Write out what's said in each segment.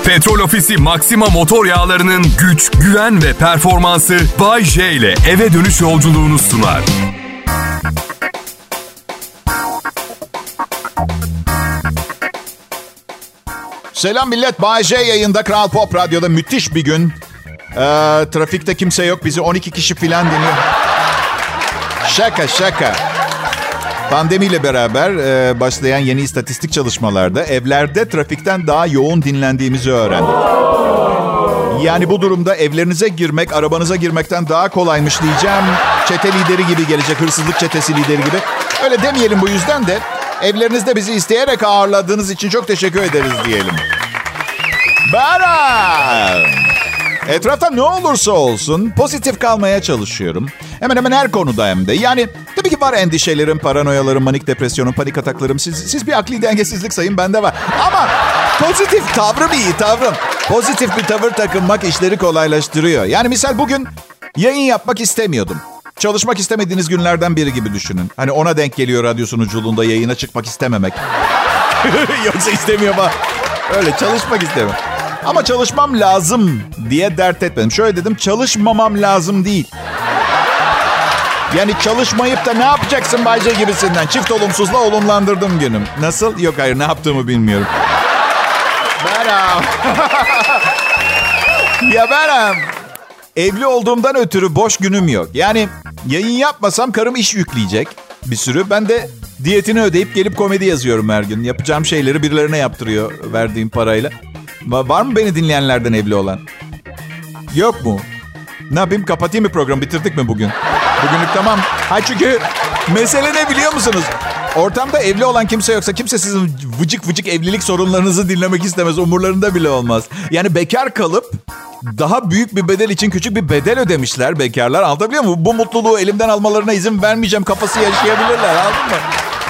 Petrol Ofisi Maxima motor yağlarının güç, güven ve performansı Bay J ile eve dönüş yolculuğunu sunar. Selam millet, Bay J yayında Kral Pop Radyo'da müthiş bir gün. Trafikte kimse yok, bizi 12 kişi falan dinliyor. Şaka. Pandemiyle beraber başlayan yeni istatistik çalışmalarda evlerde trafikten daha yoğun dinlendiğimizi öğrendik. Yani bu durumda evlerinize girmek, arabanıza girmekten daha kolaymış diyeceğim. Çete lideri gibi gelecek, hırsızlık çetesi lideri gibi. Öyle demeyelim, bu yüzden de evlerinizde bizi isteyerek ağırladığınız için çok teşekkür ederiz diyelim. Etrafta ne olursa olsun pozitif kalmaya çalışıyorum. Hemen hemen her konuda hem de. Yani tabii ki var endişelerim, paranoyalarım, manik depresyonum, panik ataklarım. Siz bir akli dengesizlik sayın, bende var. Ama pozitif tavrım iyi, tavrım. Pozitif bir tavır takınmak işleri kolaylaştırıyor. Yani misal bugün yayın yapmak istemiyordum. Çalışmak istemediğiniz günlerden biri gibi düşünün. Hani ona denk geliyor radyo sunuculuğunda yayına çıkmak istememek. Yoksa istemiyorum ha. Öyle çalışmak istemiyorum. Ama çalışmam lazım diye dert etmedim. Şöyle dedim, çalışmamam lazım değil. Yani çalışmayıp da ne yapacaksın Bayce gibisinden. Çift olumsuzla olumlandırdım günüm. Nasıl? Yok hayır, ne yaptığımı bilmiyorum. Ben evli olduğumdan ötürü boş günüm yok. Yani yayın yapmasam karım iş yükleyecek bir sürü. Ben de diyetini ödeyip gelip komedi yazıyorum her gün. Yapacağım şeyleri birilerine yaptırıyor verdiğim parayla. Var mı beni dinleyenlerden evli olan? Yok mu? Ne yapayım, kapatayım mı programı? Bitirdik mi bugün? Bugünlük tamam. Çünkü mesele ne biliyor musunuz? Ortamda evli olan kimse yoksa kimse sizin vıcık evlilik sorunlarınızı dinlemek istemez. Umurlarında bile olmaz. Yani bekar kalıp daha büyük bir bedel için küçük bir bedel ödemişler bekarlar. Anlatabiliyor muyum? Bu mutluluğu elimden almalarına izin vermeyeceğim kafası yaşayabilirler. Anladın mı?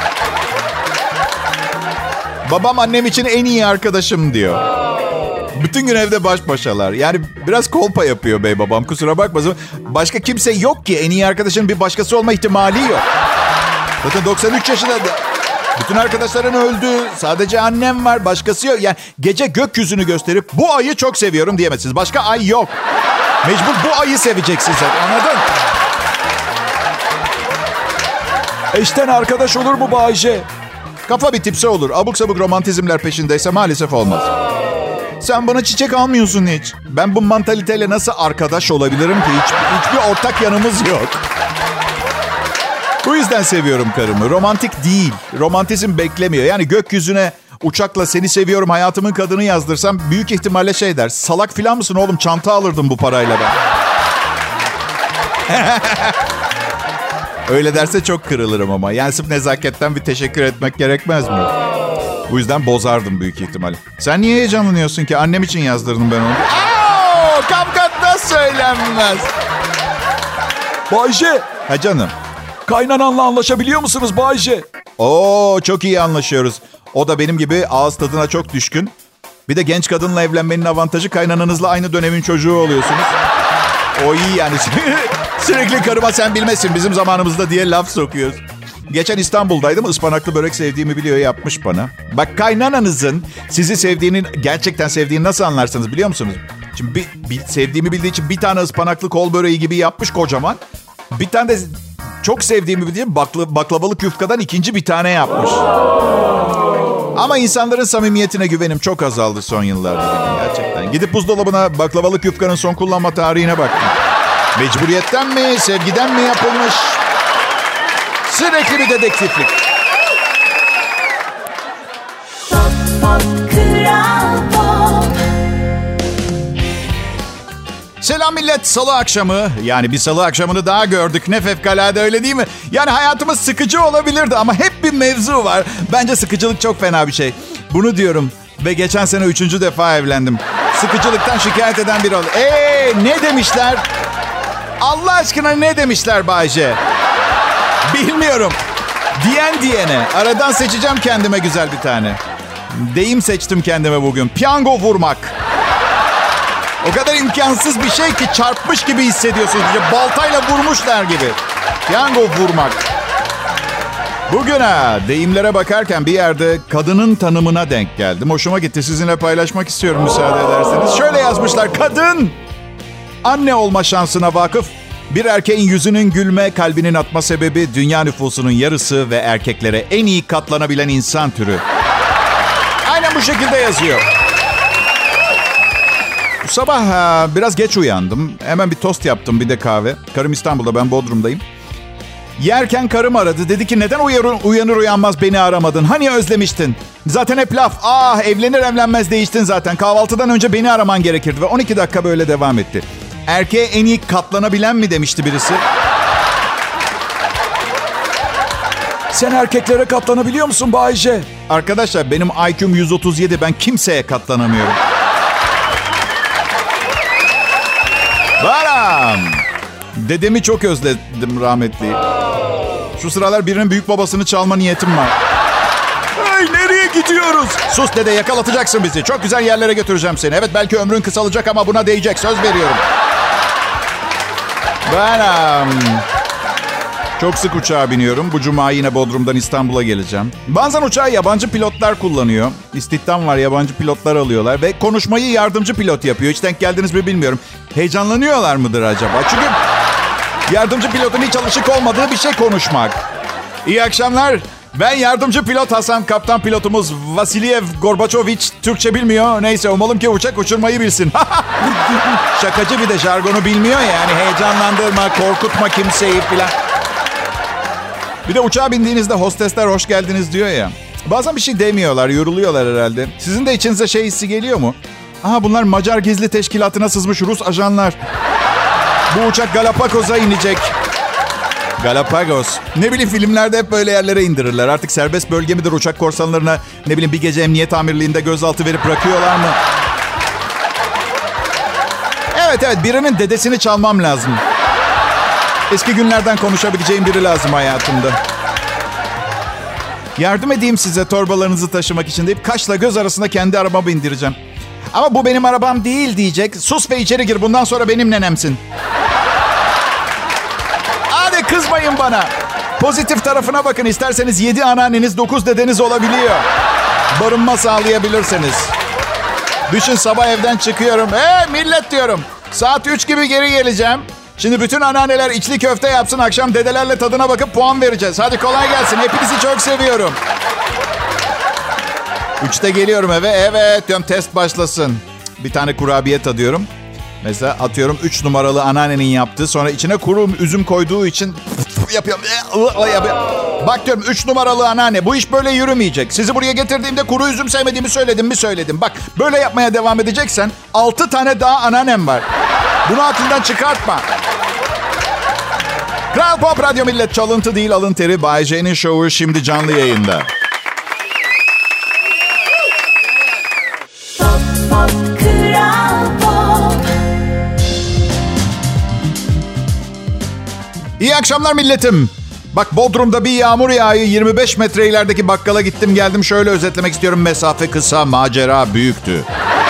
Babam annem için en iyi arkadaşım diyor. Bütün gün evde baş başalar. Yani biraz kolpa yapıyor bey babam, kusura bakmasın. Başka kimse yok ki, en iyi arkadaşının bir başkası olma ihtimali yok. Zaten 93 yaşında bütün arkadaşların öldü. Sadece annem var, başkası yok. Yani gece gökyüzünü gösterip bu ayı çok seviyorum diyemezsiniz. Başka ay yok. Mecbur bu ayı seveceksin sen, anladın? Eşten arkadaş olur mu Bayce? Kafa bir tipse olur. Abuk sabuk romantizmler peşindeyse maalesef olmaz. Sen bana çiçek almıyorsun hiç. Ben bu mantaliteyle nasıl arkadaş olabilirim ki? Hiçbir ortak yanımız yok. Bu yüzden seviyorum karımı. Romantik değil. Romantizm beklemiyor. Yani gökyüzüne uçakla seni seviyorum hayatımın kadını yazdırsam büyük ihtimalle şey der. Salak filan mısın oğlum? Çanta alırdım bu parayla ben. Öyle derse çok kırılırım ama. Yani sırf nezaketten bir teşekkür etmek gerekmez mi? Bu yüzden bozardım büyük ihtimalle. Sen niye heyecanlanıyorsun ki? Annem için yazdırdım ben onu. Kapkatta söylenmez. Bayce. Ha canım. Kaynananla anlaşabiliyor musunuz Bayce? Çok iyi anlaşıyoruz. O da benim gibi ağız tadına çok düşkün. Bir de genç kadınla evlenmenin avantajı, kaynananızla aynı dönemin çocuğu oluyorsunuz. O iyi yani. Sürekli karıma sen bilmezsin bizim zamanımızda diye laf sokuyoruz. Geçen İstanbul'daydım. Ispanaklı börek sevdiğimi biliyor, yapmış bana. Bak, kaynananızın sizi sevdiğini, gerçekten sevdiğini nasıl anlarsınız biliyor musunuz? Şimdi sevdiğimi bildiği için bir tane ıspanaklı kol böreği gibi yapmış kocaman. Bir tane de çok sevdiğimi bildiğim baklavalı yufkadan ikinci bir tane yapmış. Ama insanların samimiyetine güvenim çok azaldı son yıllarda gerçekten. Gidip buzdolabına baklavalı yufkanın son kullanma tarihine baktım. Mecburiyetten mi, sevgiden mi yapılmış? Sürekli bir dedektiflik. Pop, pop, Kral Pop. Selam millet, salı akşamı. Yani bir salı akşamını daha gördük. Ne fevkalade, öyle değil mi? Yani hayatımız sıkıcı olabilirdi ama hep bir mevzu var. Bence sıkıcılık çok fena bir şey. Bunu diyorum ve geçen sene 3. defa evlendim. Sıkıcılıktan şikayet eden biri oldu. Ne demişler? Allah aşkına ne demişler Bayce? Bilmiyorum. Diyen diyene. Aradan seçeceğim kendime güzel bir tane. Deyim seçtim kendime bugün. Piyango vurmak. O kadar imkansız bir şey ki çarpmış gibi hissediyorsunuz. Baltayla vurmuşlar gibi. Piyango vurmak. Bugün deyimlere bakarken bir yerde kadının tanımına denk geldim. Hoşuma gitti. Sizinle paylaşmak istiyorum müsaade ederseniz. Şöyle yazmışlar. Kadın anne olma şansına vakıf. Bir erkeğin yüzünün gülme, kalbinin atma sebebi, dünya nüfusunun yarısı ve erkeklere en iyi katlanabilen insan türü. Aynen bu şekilde yazıyor. Bu sabah biraz geç uyandım. Hemen bir tost yaptım, bir de kahve. Karım İstanbul'da, ben Bodrum'dayım. Yerken karım aradı. Dedi ki neden uyanır uyanmaz beni aramadın? Hani özlemiştin? Zaten hep laf. Evlenir evlenmez değiştin zaten. Kahvaltıdan önce beni araman gerekirdi. Ve 12 dakika böyle devam etti. Erkeğe en iyi katlanabilen mi demişti birisi? Sen erkeklere katlanabiliyor musun Bay J? Arkadaşlar benim IQ'm 137. Ben kimseye katlanamıyorum. Baram. Dedemi çok özledim rahmetli. Şu sıralar birinin büyük babasını çalma niyetim var. Ay nereye gidiyoruz? Sus dede, yakalatacaksın bizi. Çok güzel yerlere götüreceğim seni. Evet belki ömrün kısalacak ama buna değecek. Söz veriyorum. Ben çok sık uçağa biniyorum. Bu cuma yine Bodrum'dan İstanbul'a geleceğim. Bazen uçağı yabancı pilotlar kullanıyor. İstihdam var, yabancı pilotlar alıyorlar. Ve konuşmayı yardımcı pilot yapıyor. Hiç denk geldiniz mi bilmiyorum. Heyecanlanıyorlar mıdır acaba? Çünkü yardımcı pilotun hiç alışık olmadığı bir şey konuşmak. İyi akşamlar. Ben yardımcı pilot Hasan. Kaptan pilotumuz Vasilyev Gorbaçoviç Türkçe bilmiyor. Neyse umalım ki uçak uçurmayı bilsin. Şakacı, bir de jargonu bilmiyor yani. Heyecanlandırma, korkutma kimseyi filan. Bir de uçağa bindiğinizde hostesler hoş geldiniz diyor ya. Bazen bir şey demiyorlar, yoruluyorlar herhalde. Sizin de içinize şey hissi geliyor mu? Bunlar Macar gizli teşkilatına sızmış Rus ajanlar. Bu uçak Galapagos'a inecek. Galapagos. Ne bileyim, filmlerde hep böyle yerlere indirirler. Artık serbest bölge midir, uçak korsanlarına ne bileyim bir gece emniyet amirliğinde gözaltı verip bırakıyorlar mı? Evet birinin dedesini çalmam lazım. Eski günlerden konuşabileceğim biri lazım hayatımda. Yardım edeyim size torbalarınızı taşımak için deyip kaşla göz arasında kendi arabamı indireceğim. Ama bu benim arabam değil diyecek. Sus ve içeri gir, bundan sonra benim nenemsin. Hadi kızmayın bana. Pozitif tarafına bakın. İsterseniz 7 anneanneniz 9 dedeniz olabiliyor. Barınma sağlayabilirseniz. Düşün, sabah evden çıkıyorum. Millet diyorum. Saat 3 gibi geri geleceğim. Şimdi bütün anneanneler içli köfte yapsın. Akşam dedelerle tadına bakıp puan vereceğiz. Hadi kolay gelsin. Hepinizi çok seviyorum. 3'te geliyorum eve. Evet diyorum, test başlasın. Bir tane kurabiye tadıyorum. Mesela atıyorum 3 numaralı anneannenin yaptığı. Sonra içine kuru üzüm koyduğu için yapıyorum. Bak diyorum, 3 numaralı anneanne, bu iş böyle yürümeyecek. Sizi buraya getirdiğimde kuru üzüm sevmediğimi söyledim. Bak böyle yapmaya devam edeceksen 6 tane daha anneannem var. Bunu aklından çıkartma. Kral Pop Radyo Millet, çalıntı değil alın teri. Bay J'nin şovu şimdi canlı yayında. Pop, pop, Kral Pop. İyi akşamlar milletim. Bak Bodrum'da bir yağmur yağıyor. 25 metre ilerideki bakkala gittim geldim. Şöyle özetlemek istiyorum. Mesafe kısa, macera büyüktü.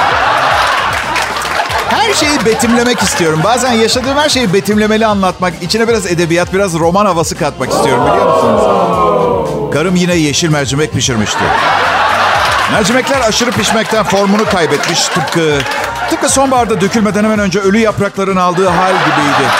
Her şeyi betimlemek istiyorum. Bazen yaşadığım her şeyi betimlemeli anlatmak, içine biraz edebiyat, biraz roman havası katmak istiyorum, biliyor musunuz? Karım yine yeşil mercimek pişirmişti. Mercimekler aşırı pişmekten formunu kaybetmiş. Tıpkı sonbaharda dökülmeden hemen önce ölü yaprakların aldığı hal gibiydi.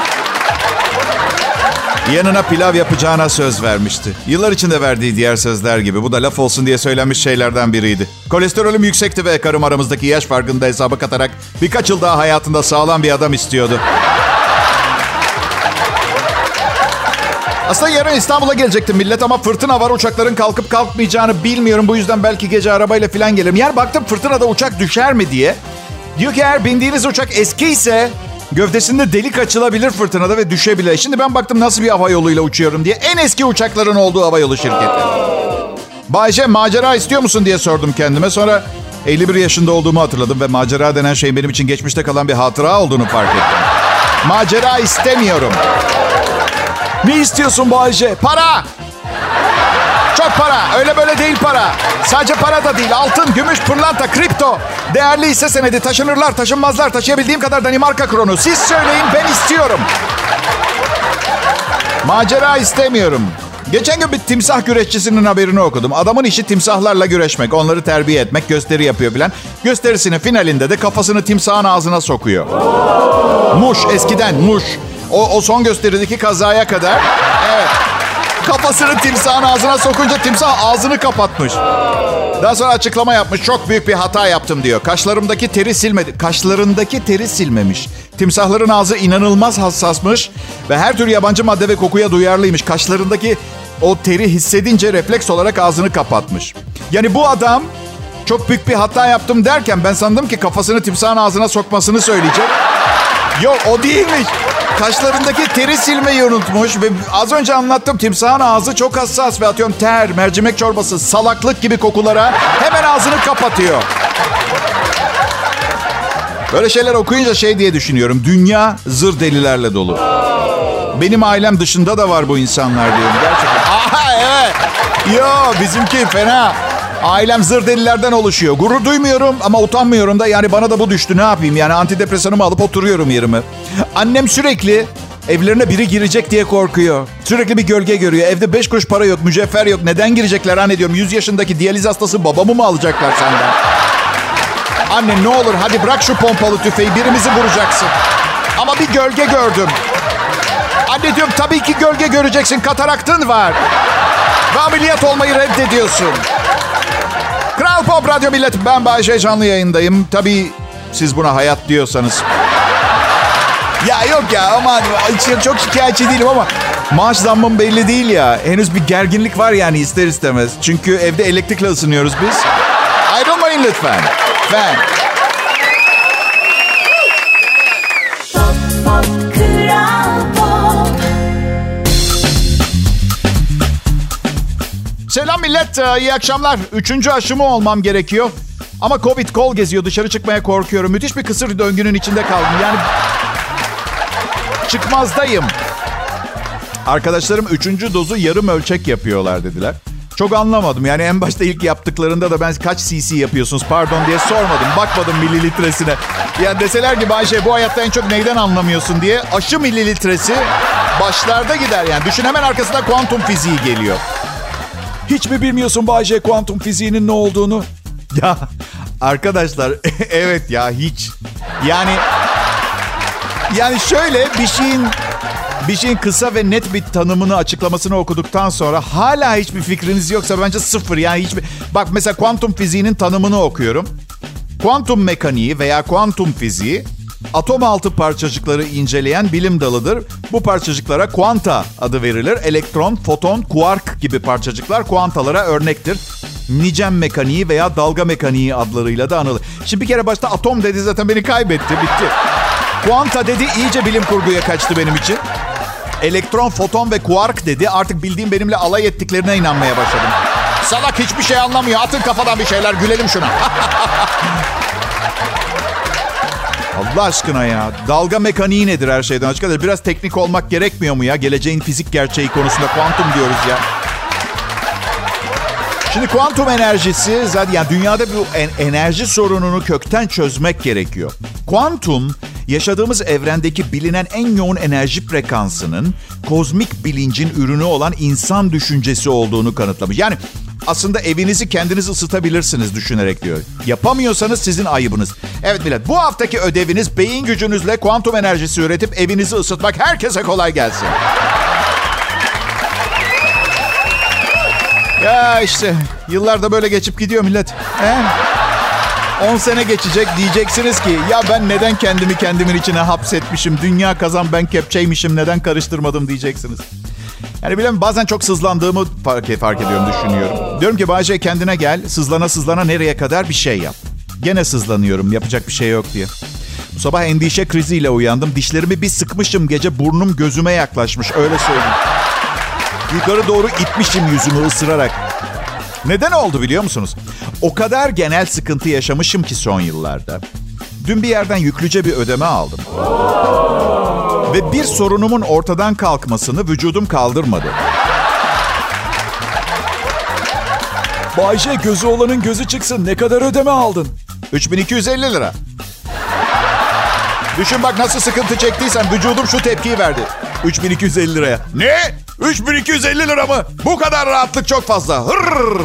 Yanına pilav yapacağına söz vermişti. Yıllar içinde verdiği diğer sözler gibi. Bu da laf olsun diye söylenmiş şeylerden biriydi. Kolesterolüm yüksekti ve karım aramızdaki yaş farkını da hesaba katarak birkaç yıl daha hayatında sağlam bir adam istiyordu. Aslında yarın İstanbul'a gelecektim millet ama fırtına var. Uçakların kalkıp kalkmayacağını bilmiyorum. Bu yüzden belki gece arabayla falan gelirim. Yer baktım fırtınada uçak düşer mi diye. Diyor ki eğer bindiğiniz uçak eskiyse gövdesinde delik açılabilir fırtınada ve düşebilir. Şimdi ben baktım nasıl bir hava yoluyla uçuyorum diye. En eski uçakların olduğu havayolu şirketi. Bayce, macera istiyor musun diye sordum kendime. Sonra 51 yaşında olduğumu hatırladım ve macera denen şeyin benim için geçmişte kalan bir hatıra olduğunu fark ettim. Macera istemiyorum. Ne istiyorsun Bay J? Para! Çok para. Öyle böyle değil para. Sadece para da değil. Altın, gümüş, pırlanta, kripto. Değerli hisse senedi, taşınırlar, taşınmazlar. Taşıyabildiğim kadar Danimarka kronu. Siz söyleyin, ben istiyorum. Macera istemiyorum. Geçen gün bir timsah güreşçisinin haberini okudum. Adamın işi timsahlarla güreşmek, onları terbiye etmek, gösteri yapıyor filan. Gösterisinin finalinde de kafasını timsahın ağzına sokuyor. Muş, eskiden muş. O son gösterideki kazaya kadar. Evet. Kafasını timsahın ağzına sokunca timsah ağzını kapatmış. Daha sonra açıklama yapmış. Çok büyük bir hata yaptım diyor. Kaşlarımdaki teri silmedi. Kaşlarındaki teri silmemiş. Timsahların ağzı inanılmaz hassasmış. Ve her tür yabancı madde ve kokuya duyarlıymış. Kaşlarındaki o teri hissedince refleks olarak ağzını kapatmış. Yani bu adam çok büyük bir hata yaptım derken ben sandım ki kafasını timsahın ağzına sokmasını söyleyecek. Yok, o değilmiş. Kaşlarındaki teri silmeyi unutmuş ve az önce anlattım, timsahın ağzı çok hassas ve atıyorum ter, mercimek çorbası, salaklık gibi kokulara hemen ağzını kapatıyor. Böyle şeyler okuyunca şey diye düşünüyorum. Dünya zır delilerle dolu. Benim ailem dışında da var bu insanlar diyorum gerçekten. Aha, evet. Yo, bizimki fena. Ailem zır delilerden oluşuyor. Gurur duymuyorum ama utanmıyorum da. Yani bana da bu düştü, ne yapayım? Yani antidepresanımı alıp oturuyorum yerime. Annem sürekli evlerine biri girecek diye korkuyor. Sürekli bir gölge görüyor. Evde 5 kuruş para yok, mücevher yok. Neden girecekler anne diyorum. 100 yaşındaki diyaliz hastası babamı mı alacaklar senden? Anne ne olur hadi bırak şu pompalı tüfeği, birimizi vuracaksın. Ama bir gölge gördüm. Anne diyorum tabii ki gölge göreceksin, kataraktın var. Ve ameliyat olmayı reddediyorsun. Kral Pop Radyo Millet, ben Bayşe, canlı yayındayım. Tabii siz buna hayat diyorsanız. Ya yok ya, aman çok şikayetçi değilim ama maaş zammım belli değil ya. Henüz bir gerginlik var yani ister istemez. Çünkü evde elektrikle ısınıyoruz biz. Ayrılmayın lütfen. Ben. Selam millet, iyi akşamlar. 3. aşımı olmam gerekiyor. Ama Covid kol geziyor, dışarı çıkmaya korkuyorum. Müthiş bir kısır döngünün içinde kaldım. Yani çıkmazdayım. Arkadaşlarım 3. dozu yarım ölçek yapıyorlar dediler. Çok anlamadım. Yani en başta ilk yaptıklarında da ben kaç cc yapıyorsunuz pardon diye sormadım. Bakmadım mililitresine. Yani deseler ki Bayşe bu hayatta en çok neyden anlamıyorsun diye aşı mililitresi başlarda gider yani. Düşün, hemen arkasında kuantum fiziği geliyor. Hiç mi bilmiyorsun Bayce kuantum fiziğinin ne olduğunu? Ya arkadaşlar evet ya hiç. Yani şöyle bir şeyin kısa ve net bir tanımını, açıklamasını okuduktan sonra hala hiçbir fikriniz yoksa bence sıfır. Yani hiçbir... Bak mesela kuantum fiziğinin tanımını okuyorum. Kuantum mekaniği veya kuantum fiziği atom altı parçacıkları inceleyen bilim dalıdır. Bu parçacıklara kuanta adı verilir. Elektron, foton, kuark gibi parçacıklar kuantalara örnektir. Nicem mekaniği veya dalga mekaniği adlarıyla da anılır. Şimdi bir kere başta atom dedi, zaten beni kaybetti, bitti. Kuanta dedi, iyice bilim kurguya kaçtı benim için. Elektron, foton ve kuark dedi. Artık bildiğim benimle alay ettiklerine inanmaya başladım. Salak hiçbir şey anlamıyor. Atın kafadan bir şeyler, gülelim şuna. Allah aşkına ya. Dalga mekaniği nedir her şeyden açık? Biraz teknik olmak gerekmiyor mu ya? Geleceğin fizik gerçeği konusunda kuantum diyoruz ya. Şimdi kuantum enerjisi zaten yani dünyada bu enerji sorununu kökten çözmek gerekiyor. Kuantum yaşadığımız evrendeki bilinen en yoğun enerji frekansının kozmik bilincin ürünü olan insan düşüncesi olduğunu kanıtlamış. Yani aslında evinizi kendiniz ısıtabilirsiniz düşünerek diyor. Yapamıyorsanız sizin ayıbınız. Evet millet, bu haftaki ödeviniz beyin gücünüzle kuantum enerjisi üretip evinizi ısıtmak. Herkese kolay gelsin. Ya işte yıllar da böyle geçip gidiyor millet. 10 sene geçecek, diyeceksiniz ki ya ben neden kendimi kendimin içine hapsetmişim? Dünya kazan, ben kepçeymişim, neden karıştırmadım diyeceksiniz. Yani bilmem, bazen çok sızlandığımı fark ediyorum, düşünüyorum. Diyorum ki Bayce kendine gel, sızlana nereye kadar bir şey yap. Gene sızlanıyorum, yapacak bir şey yok diye. Bu sabah endişe kriziyle uyandım. Dişlerimi bir sıkmışım, gece burnum gözüme yaklaşmış, öyle söyleyeyim. Yukarı doğru itmişim yüzümü ısırarak. Neden oldu biliyor musunuz? O kadar genel sıkıntı yaşamışım ki son yıllarda. Dün bir yerden yüklüce bir ödeme aldım. Ve bir sorunumun ortadan kalkmasını vücudum kaldırmadı. Bayce gözü olanın gözü çıksın. Ne kadar ödeme aldın? 3250 lira. Düşün bak nasıl sıkıntı çektiysen vücudum şu tepkiyi verdi. 3250 liraya. Ne? 3250 lira mı? Bu kadar rahatlık çok fazla. Hırr.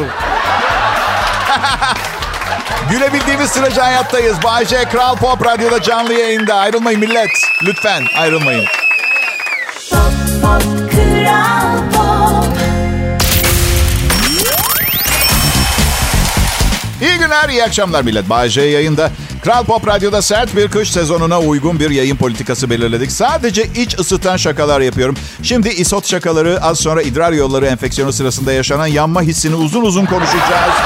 Gülebildiğimiz sürece hayattayız. Bay J, Kral Pop Radyo'da canlı yayında. Ayrılmayın millet. Lütfen ayrılmayın. Pop, pop, Kral Pop. İyi günler, iyi akşamlar millet. Bay J yayında. Kral Pop Radyo'da sert bir kış sezonuna uygun bir yayın politikası belirledik. Sadece iç ısıtan şakalar yapıyorum. Şimdi isot şakaları, az sonra idrar yolları enfeksiyonu sırasında yaşanan yanma hissini uzun uzun konuşacağız.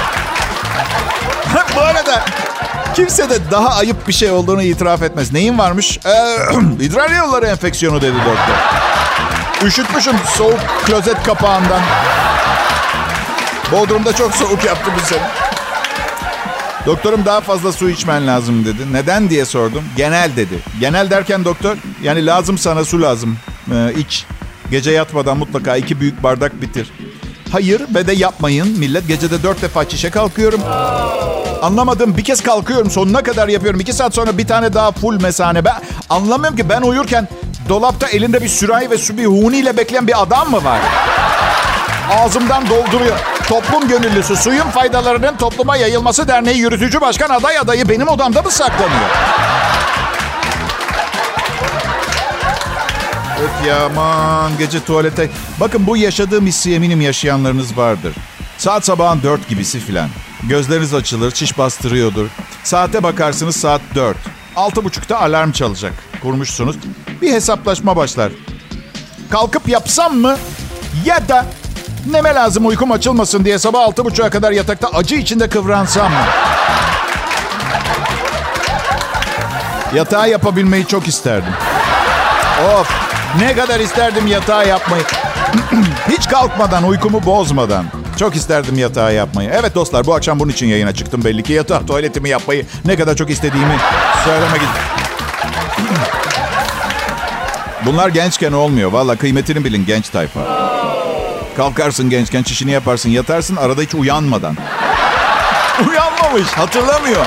Bu arada kimse de daha ayıp bir şey olduğunu itiraf etmez. Neyin varmış? İdrar yolları enfeksiyonu dedi doktor. Üşütmüşüm soğuk klozet kapağından. Bodrum'da çok soğuk yaptı bu sene. Doktorum daha fazla su içmen lazım dedi. Neden diye sordum. Genel dedi. Genel derken doktor, yani lazım sana su lazım. İç. Gece yatmadan mutlaka 2 büyük bardak bitir. Hayır ve de yapmayın millet. Gecede 4 defa çişe kalkıyorum. Anlamadım. Bir kez kalkıyorum. Sonuna kadar yapıyorum. 2 saat sonra bir tane daha full mesane. Ben anlamıyorum ki ben uyurken dolapta elinde bir sürahi ve su bir huniyle bekleyen bir adam mı var? Ağzımdan dolduruyor. Toplum gönüllüsü Suyun Faydalarının Topluma Yayılması Derneği Yürütücü Başkan adayı benim odamda mı saklanıyor? Öf ya aman gece tuvalete. Bakın bu yaşadığım hissi eminim yaşayanlarınız vardır. Saat sabahın 4 gibisi filan. Gözleriniz açılır, çiş bastırıyordur. Saate bakarsınız saat 4. 6.30'da alarm çalacak. Kurmuşsunuz. Bir hesaplaşma başlar. Kalkıp yapsam mı? Ya da neme lazım uykum açılmasın diye sabah 6.30'a kadar yatakta acı içinde kıvransam mı? Yatağı yapabilmeyi çok isterdim. Of, ne kadar isterdim yatağı yapmayı. Hiç kalkmadan, uykumu bozmadan. Çok isterdim yatağı yapmayı. Evet dostlar, bu akşam bunun için yayına çıktım belli ki. Yatağı, tuvaletimi yapmayı ne kadar çok istediğimi söylemek istedim. Bunlar gençken olmuyor. Valla kıymetini bilin genç tayfa. Kalkarsın gençken, çişini yaparsın, yatarsın arada hiç uyanmadan. Uyanmamış, hatırlamıyor.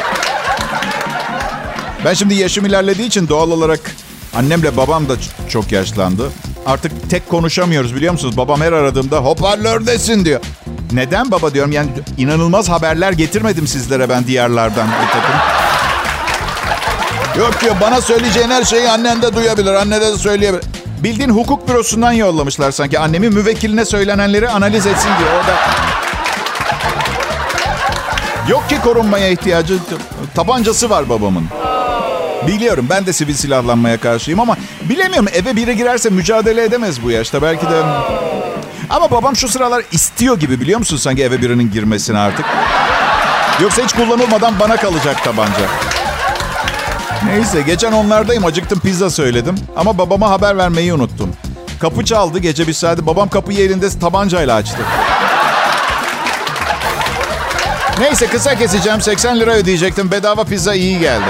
Ben şimdi yaşım ilerlediği için doğal olarak annemle babam da çok yaşlandı. Artık tek konuşamıyoruz biliyor musunuz? Babam her aradığımda hoparlördesin diyor. Neden baba diyorum, yani inanılmaz haberler getirmedim sizlere ben diyarlardan bir takım. Yok diyor, bana söyleyeceğin her şeyi annen de duyabilir, anne de söyleyebilir. Bildiğin hukuk bürosundan yollamışlar sanki. Annemin müvekkiline söylenenleri analiz etsin diyor. Orada yok ki korunmaya ihtiyacı. Tabancası var babamın. Biliyorum ben de sivil silahlanmaya karşıyım ama bilemiyorum, eve biri girerse mücadele edemez bu yaşta. Belki de... Ama babam şu sıralar istiyor gibi biliyor musun sanki eve birinin girmesini artık. Yoksa hiç kullanılmadan bana kalacak tabanca. Neyse geçen onlardayım, acıktım, pizza söyledim. Ama babama haber vermeyi unuttum. Kapı çaldı gece bir saat. Babam kapıyı elinde tabancayla açtı. Neyse kısa keseceğim, 80 lira ödeyecektim. Bedava pizza iyi geldi.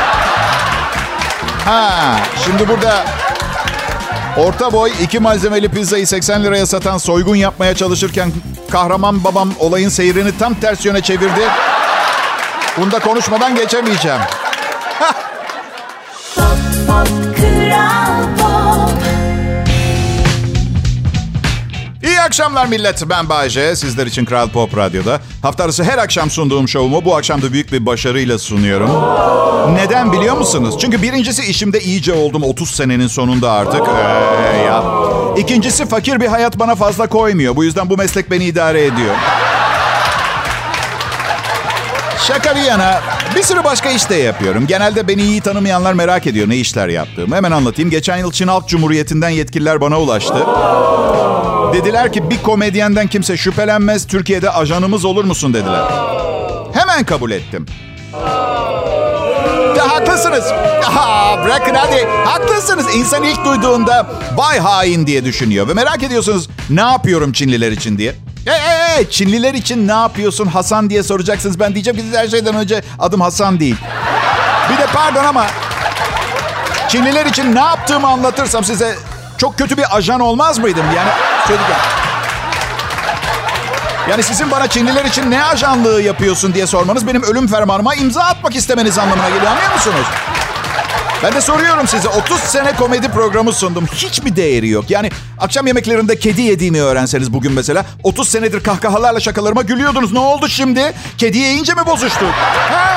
Şimdi burada orta boy 2 malzemeli pizzayı 80 liraya satan soygun yapmaya çalışırken kahraman babam olayın seyrini tam ters yöne çevirdi. Bunda konuşmadan geçemeyeceğim. Pop, pop, Kral Pop. İyi akşamlar millet. Ben Bay J. Sizler için Kral Pop Radyo'da. Hafta arası her akşam sunduğum şovumu bu akşam da büyük bir başarıyla sunuyorum. Neden biliyor musunuz? Çünkü birincisi işimde iyice oldum 30 senenin sonunda artık. Ya. İkincisi fakir bir hayat bana fazla koymuyor. Bu yüzden bu meslek beni idare ediyor. Şaka bir yana bir sürü başka iş de yapıyorum. Genelde beni iyi tanımayanlar merak ediyor ne işler yaptığımı. Hemen anlatayım. Geçen yıl Çin Halk Cumhuriyeti'nden yetkililer bana ulaştı. Dediler ki bir komedyenden kimse şüphelenmez, Türkiye'de ajanımız olur musun dediler. Hemen kabul ettim. Ya, haklısınız. Bırakın hadi. Haklısınız. İnsan ilk duyduğunda vay hain diye düşünüyor. Ve merak ediyorsunuz ne yapıyorum Çinliler için diye. Çinliler için ne yapıyorsun Hasan diye soracaksınız. Ben diyeceğim ki her şeyden önce adım Hasan değil. Bir de pardon ama Çinliler için ne yaptığımı anlatırsam size çok kötü bir ajan olmaz mıydım? Yani söyleyeceğim. Yani sizin bana Çinliler için ne ajanlığı yapıyorsun diye sormanız benim ölüm fermanıma imza atmak istemeniz anlamına geliyor, anlıyor musunuz? Ben de soruyorum size, 30 sene komedi programı sundum. Hiç mi değeri yok? Yani akşam yemeklerinde kedi yediğimi öğrenseniz bugün mesela, 30 senedir kahkahalarla şakalarıma gülüyordunuz. Ne oldu şimdi? Kedi yiyince mi bozuştuk? Ha?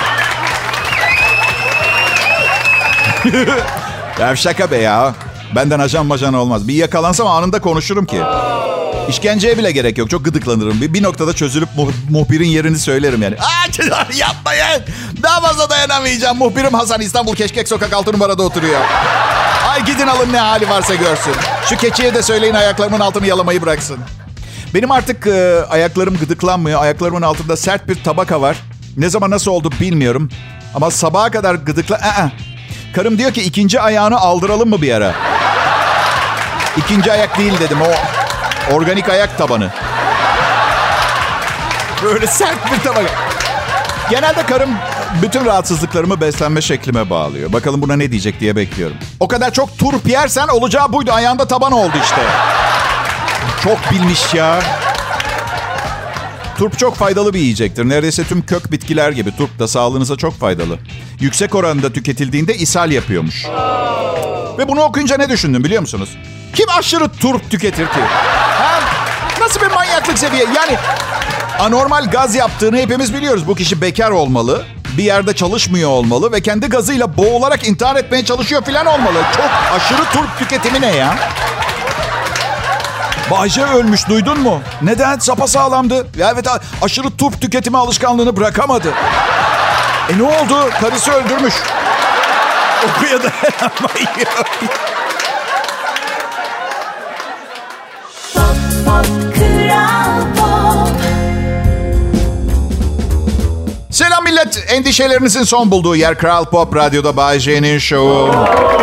Ya şaka be ya. Benden ajan majan olmaz. Bir yakalansam anında konuşurum ki. İşkenceye bile gerek yok. Çok gıdıklanırım. Bir noktada çözülüp muhbirin yerini söylerim yani. Yapmayın. Daha fazla dayanamayacağım. Muhbirim Hasan, İstanbul Keşkek Sokak 6 numarada oturuyor. Ay gidin alın ne hali varsa görsün. Şu keçiye de söyleyin ayaklarımın altını yalamayı bıraksın. Benim artık ayaklarım gıdıklanmıyor. Ayaklarımın altında sert bir tabaka var. Ne zaman nasıl oldu bilmiyorum. Ama sabaha kadar Karım diyor ki ikinci ayağını aldıralım mı bir ara? İkinci ayak değil dedim. O organik ayak tabanı. Böyle sert bir tabaka. Genelde karım bütün rahatsızlıklarımı beslenme şeklime bağlıyor. Bakalım buna ne diyecek diye bekliyorum. O kadar çok turp yersen olacağı buydu. Ayağında taban oldu işte. Çok bilmiş ya. Turp çok faydalı bir yiyecektir. Neredeyse tüm kök bitkiler gibi turp da sağlığınıza çok faydalı. Yüksek oranda tüketildiğinde ishal yapıyormuş. Ve bunu okuyunca ne düşündüm biliyor musunuz? Kim aşırı turp tüketir ki? Ha? Nasıl bir manyaklık seviye? Yani anormal gaz yaptığını hepimiz biliyoruz. Bu kişi bekar olmalı, bir yerde çalışmıyor olmalı ve kendi gazıyla boğularak intihar etmeye çalışıyor falan olmalı. Çok aşırı turp tüketimi ne ya? Bay J ölmüş, duydun mu? Neden? Sapasağlamdı. Ya evet, aşırı turp tüketimi alışkanlığını bırakamadı. Ne oldu? Karısı öldürmüş. Okuya dayanamıyor. Selam millet. Endişelerinizin son bulduğu yer Kral Pop Radyo'da Bay J'nin şovu.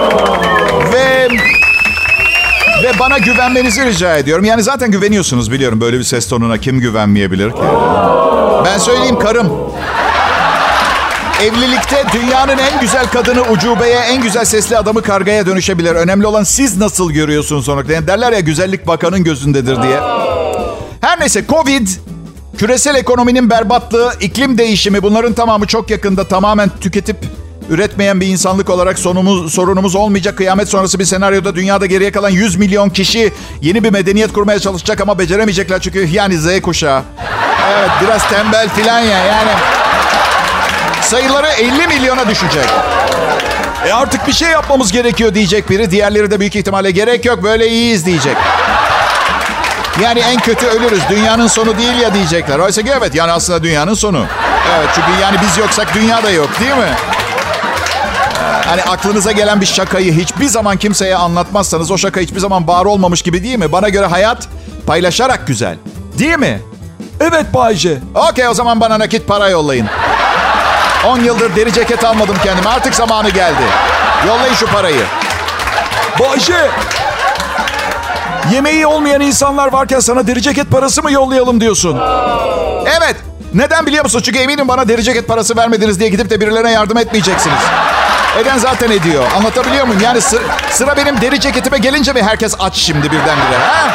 Ve bana güvenmenizi rica ediyorum. Yani zaten güveniyorsunuz biliyorum. Böyle bir ses tonuna kim güvenmeyebilir ki? Ben söyleyeyim, karım. Evlilikte dünyanın en güzel kadını ucubeye, en güzel sesli adamı kargaya dönüşebilir. Önemli olan siz nasıl görüyorsunuz sonra. Yani derler ya, güzellik bakanın gözündedir diye. Her neyse, Covid, küresel ekonominin berbatlığı, iklim değişimi, bunların tamamı çok yakında tamamen tüketip üretmeyen bir insanlık olarak sorunumuz olmayacak. Kıyamet sonrası bir senaryoda dünyada geriye kalan 100 milyon kişi yeni bir medeniyet kurmaya çalışacak ama beceremeyecekler çünkü yani Z kuşağı. Evet, biraz tembel filan ya yani. Sayıları 50 milyona düşecek. Artık bir şey yapmamız gerekiyor diyecek biri. Diğerleri de büyük ihtimalle gerek yok, böyle iyiyiz diyecek. Yani en kötü ölürüz. Dünyanın sonu değil ya diyecekler. Oysa ki evet, yani aslında dünyanın sonu. Evet, çünkü yani biz yoksak dünya da yok, değil mi? Hani aklınıza gelen bir şakayı hiçbir zaman kimseye anlatmazsanız o şaka hiçbir zaman var olmamış gibi, değil mi? Bana göre hayat paylaşarak güzel. Değil mi? Evet Bay J. Okey, o zaman bana nakit para yollayın. 10 yıldır deri ceket almadım kendime. Artık zamanı geldi. Yollayın şu parayı. Bay J. Yemeği olmayan insanlar varken sana deri ceket parası mı yollayalım diyorsun? Evet. Neden biliyor musun? Çünkü eminim bana deri ceket parası vermediniz diye gidip de birilerine yardım etmeyeceksiniz. Eden zaten ediyor. Anlatabiliyor muyum? Yani sıra benim deri ceketime gelince mi herkes aç şimdi birdenbire? Ha?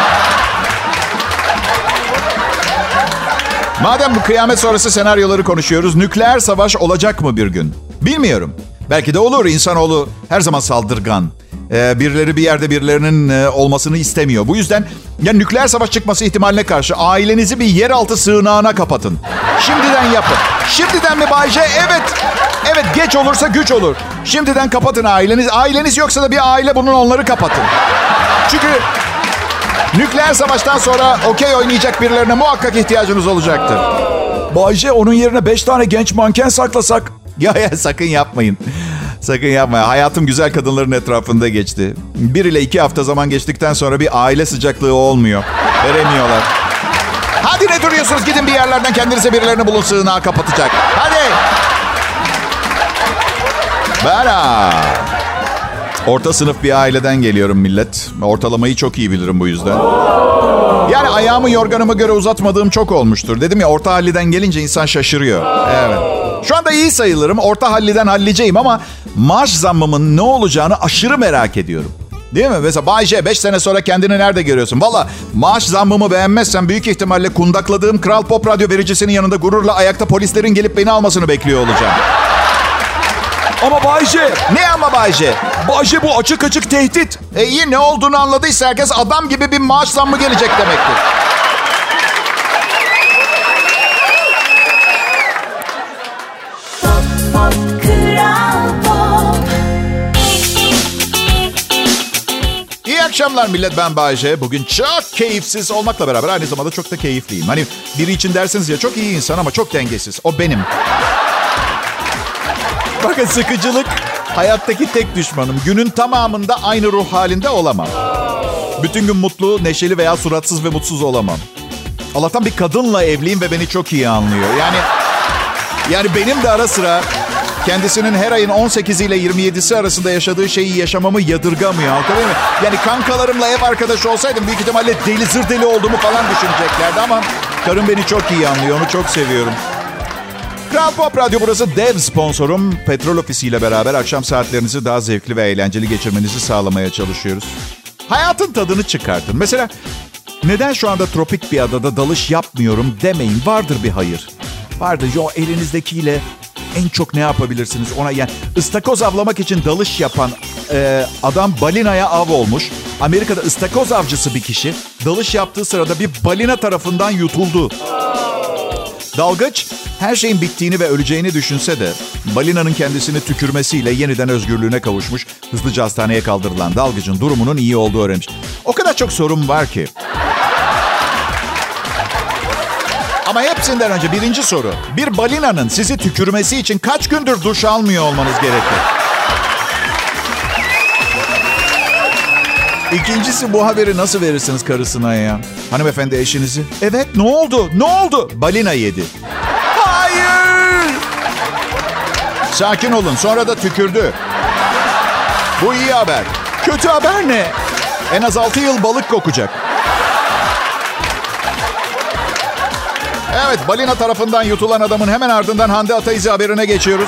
Madem bu kıyamet sonrası senaryoları konuşuyoruz, nükleer savaş olacak mı bir gün? Bilmiyorum. Belki de olur. İnsanoğlu her zaman saldırgan. Birileri bir yerde birilerinin olmasını istemiyor. Bu yüzden ya nükleer savaş çıkması ihtimaline karşı ailenizi bir yeraltı sığınağına kapatın. Şimdiden yapın. Şimdiden mi Bay J? Evet. Evet, geç olursa güç olur. Şimdiden kapatın aileniz. Aileniz yoksa da bir aile bulun, onları kapatın. Çünkü nükleer savaştan sonra okey oynayacak birilerine muhakkak ihtiyacınız olacaktır. Bay J, onun yerine 5 tane genç manken saklasak. Ya sakın yapmayın. Sakın yapmayın. Hayatım güzel kadınların etrafında geçti. 1 ile 2 hafta zaman geçtikten sonra bir aile sıcaklığı olmuyor. Veremiyorlar. Hadi ne duruyorsunuz? Gidin bir yerlerden kendinize birilerini bulun, sığınağı kapatacak. Hadi. Bana. Orta sınıf bir aileden geliyorum millet. Ortalamayı çok iyi bilirim bu yüzden. Yani ayağımı yorganıma göre uzatmadığım çok olmuştur. Dedim ya, orta halliden gelince insan şaşırıyor. Evet. Şu anda iyi sayılırım. Orta halliden halliceyim ama maaş zammımın ne olacağını aşırı merak ediyorum. Değil mi? Mesela Bay J, 5 sene sonra kendini nerede görüyorsun? Valla maaş zammımı beğenmezsen büyük ihtimalle kundakladığım Kral Pop Radyo vericisinin yanında gururla ayakta polislerin gelip beni almasını bekliyor olacağım. Ama Bay J. Ne ama Bay J? Bay J, bu açık açık tehdit. İyi, ne olduğunu anladıysa herkes adam gibi bir maaş zammı gelecek demektir. İyi akşamlar millet, ben Bay J. Bugün çok keyifsiz olmakla beraber aynı zamanda çok da keyifliyim. Hani biri için dersiniz ya, çok iyi insan ama çok dengesiz. O benim. Bakın, sıkıcılık hayattaki tek düşmanım. Günün tamamında aynı ruh halinde olamam. Bütün gün mutlu, neşeli veya suratsız ve mutsuz olamam. Allah'tan bir kadınla evliyim ve beni çok iyi anlıyor. Yani benim de ara sıra kendisinin her ayın 18 ile 27'si arasında yaşadığı şeyi yaşamamı yadırgamıyor. Anladın mı? Yani kankalarımla ev arkadaşı olsaydım büyük ihtimalle deli zır deli olduğumu falan düşüneceklerdi ama karım beni çok iyi anlıyor. Onu çok seviyorum. Kral Pop Radyo burası, dev sponsorum. Petrol Ofisi ile beraber akşam saatlerinizi daha zevkli ve eğlenceli geçirmenizi sağlamaya çalışıyoruz. Hayatın tadını çıkartın. Mesela neden şu anda tropik bir adada dalış yapmıyorum demeyin. Vardır bir hayır. Vardır. O elinizdekiyle en çok ne yapabilirsiniz ona? Yani ıstakoz avlamak için dalış yapan adam balinaya av olmuş. Amerika'da ıstakoz avcısı bir kişi dalış yaptığı sırada bir balina tarafından yutuldu. Dalgıç her şeyin bittiğini ve öleceğini düşünse de balinanın kendisini tükürmesiyle yeniden özgürlüğüne kavuşmuş, hızlıca hastaneye kaldırılan dalgıcın durumunun iyi olduğu öğrenmiş. O kadar çok sorun var ki. Ama hepsinden önce birinci soru. Bir balinanın sizi tükürmesi için kaç gündür duş almıyor olmanız gerekir? İkincisi, bu haberi nasıl verirsiniz karısına ya? Hanımefendi, eşinizi. Evet, ne oldu? Ne oldu? Balina yedi. Hayır! Sakin olun, sonra da tükürdü. Bu iyi haber. Kötü haber ne? En az 6 yıl balık kokacak. Evet, balina tarafından yutulan adamın hemen ardından Hande Ataizi haberine geçiyoruz.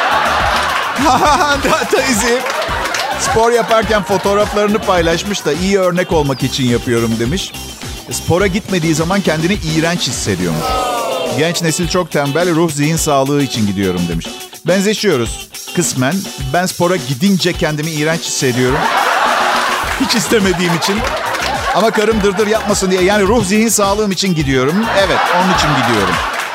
Hande Ataizi spor yaparken fotoğraflarını paylaşmış da iyi örnek olmak için yapıyorum demiş. Spora gitmediği zaman kendini iğrenç hissediyormuş. Genç nesil çok tembel, ruh zihin sağlığı için gidiyorum demiş. Benzeşiyoruz kısmen. Ben spora gidince kendimi iğrenç hissediyorum. Hiç istemediğim için. Ama karım dırdır yapmasın diye, yani ruh zihin sağlığım için gidiyorum. Evet, onun için gidiyorum.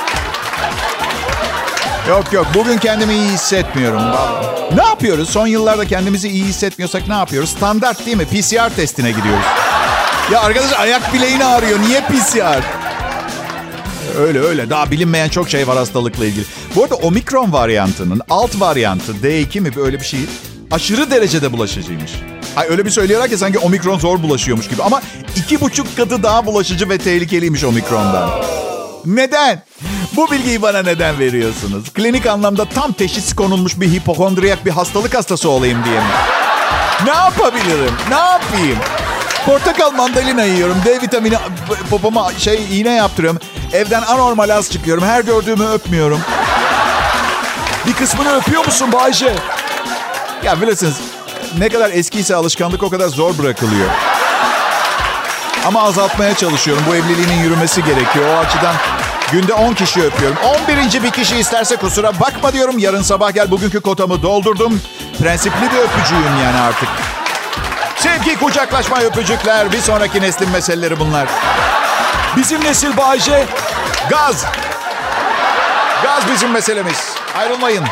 Yok, bugün kendimi iyi hissetmiyorum. Ne yapıyoruz? Son yıllarda kendimizi iyi hissetmiyorsak ne yapıyoruz? Standart değil mi? PCR testine gidiyoruz. Ya arkadaş, ayak bileğini ağrıyor. Niye PCR? Öyle. Daha bilinmeyen çok şey var hastalıkla ilgili. Bu arada omikron varyantının alt varyantı D2 mi, öyle bir şey, aşırı derecede bulaşıcıymış. Ay, öyle bir söylüyorlar ki sanki omikron zor bulaşıyormuş gibi. Ama 2,5 katı daha bulaşıcı ve tehlikeliymiş omikrondan. Neden? Bu bilgiyi bana neden veriyorsunuz? Klinik anlamda tam teşhis konulmuş bir hipokondriyak bir hastalık hastası olayım diye mi? Ne yapabilirim? Ne yapayım? Portakal, mandalina yiyorum. D vitamini popoma iğne yaptırıyorum. Evden anormal az çıkıyorum. Her gördüğümü öpmüyorum. Bir kısmını öpüyor musun Bay J? Ya bilirsiniz, ne kadar eskiyse alışkanlık o kadar zor bırakılıyor. Ama azaltmaya çalışıyorum. Bu evliliğinin yürümesi gerekiyor. O açıdan günde 10 kişi öpüyorum. 11. bir kişi isterse kusura bakma diyorum. Yarın sabah gel, bugünkü kotamı doldurdum. Prensipli bir öpücüğüm yani artık. Sevgi, kucaklaşma, öpücükler. Bir sonraki neslin meseleleri bunlar. Bizim nesil Bay J. Gaz. Gaz bizim meselemiz. Ayrılmayın.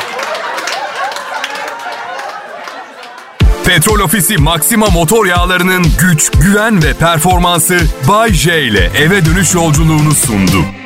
Petrol Ofisi Maxima motor yağlarının güç, güven ve performansı Bay J ile eve dönüş yolculuğunu sundu.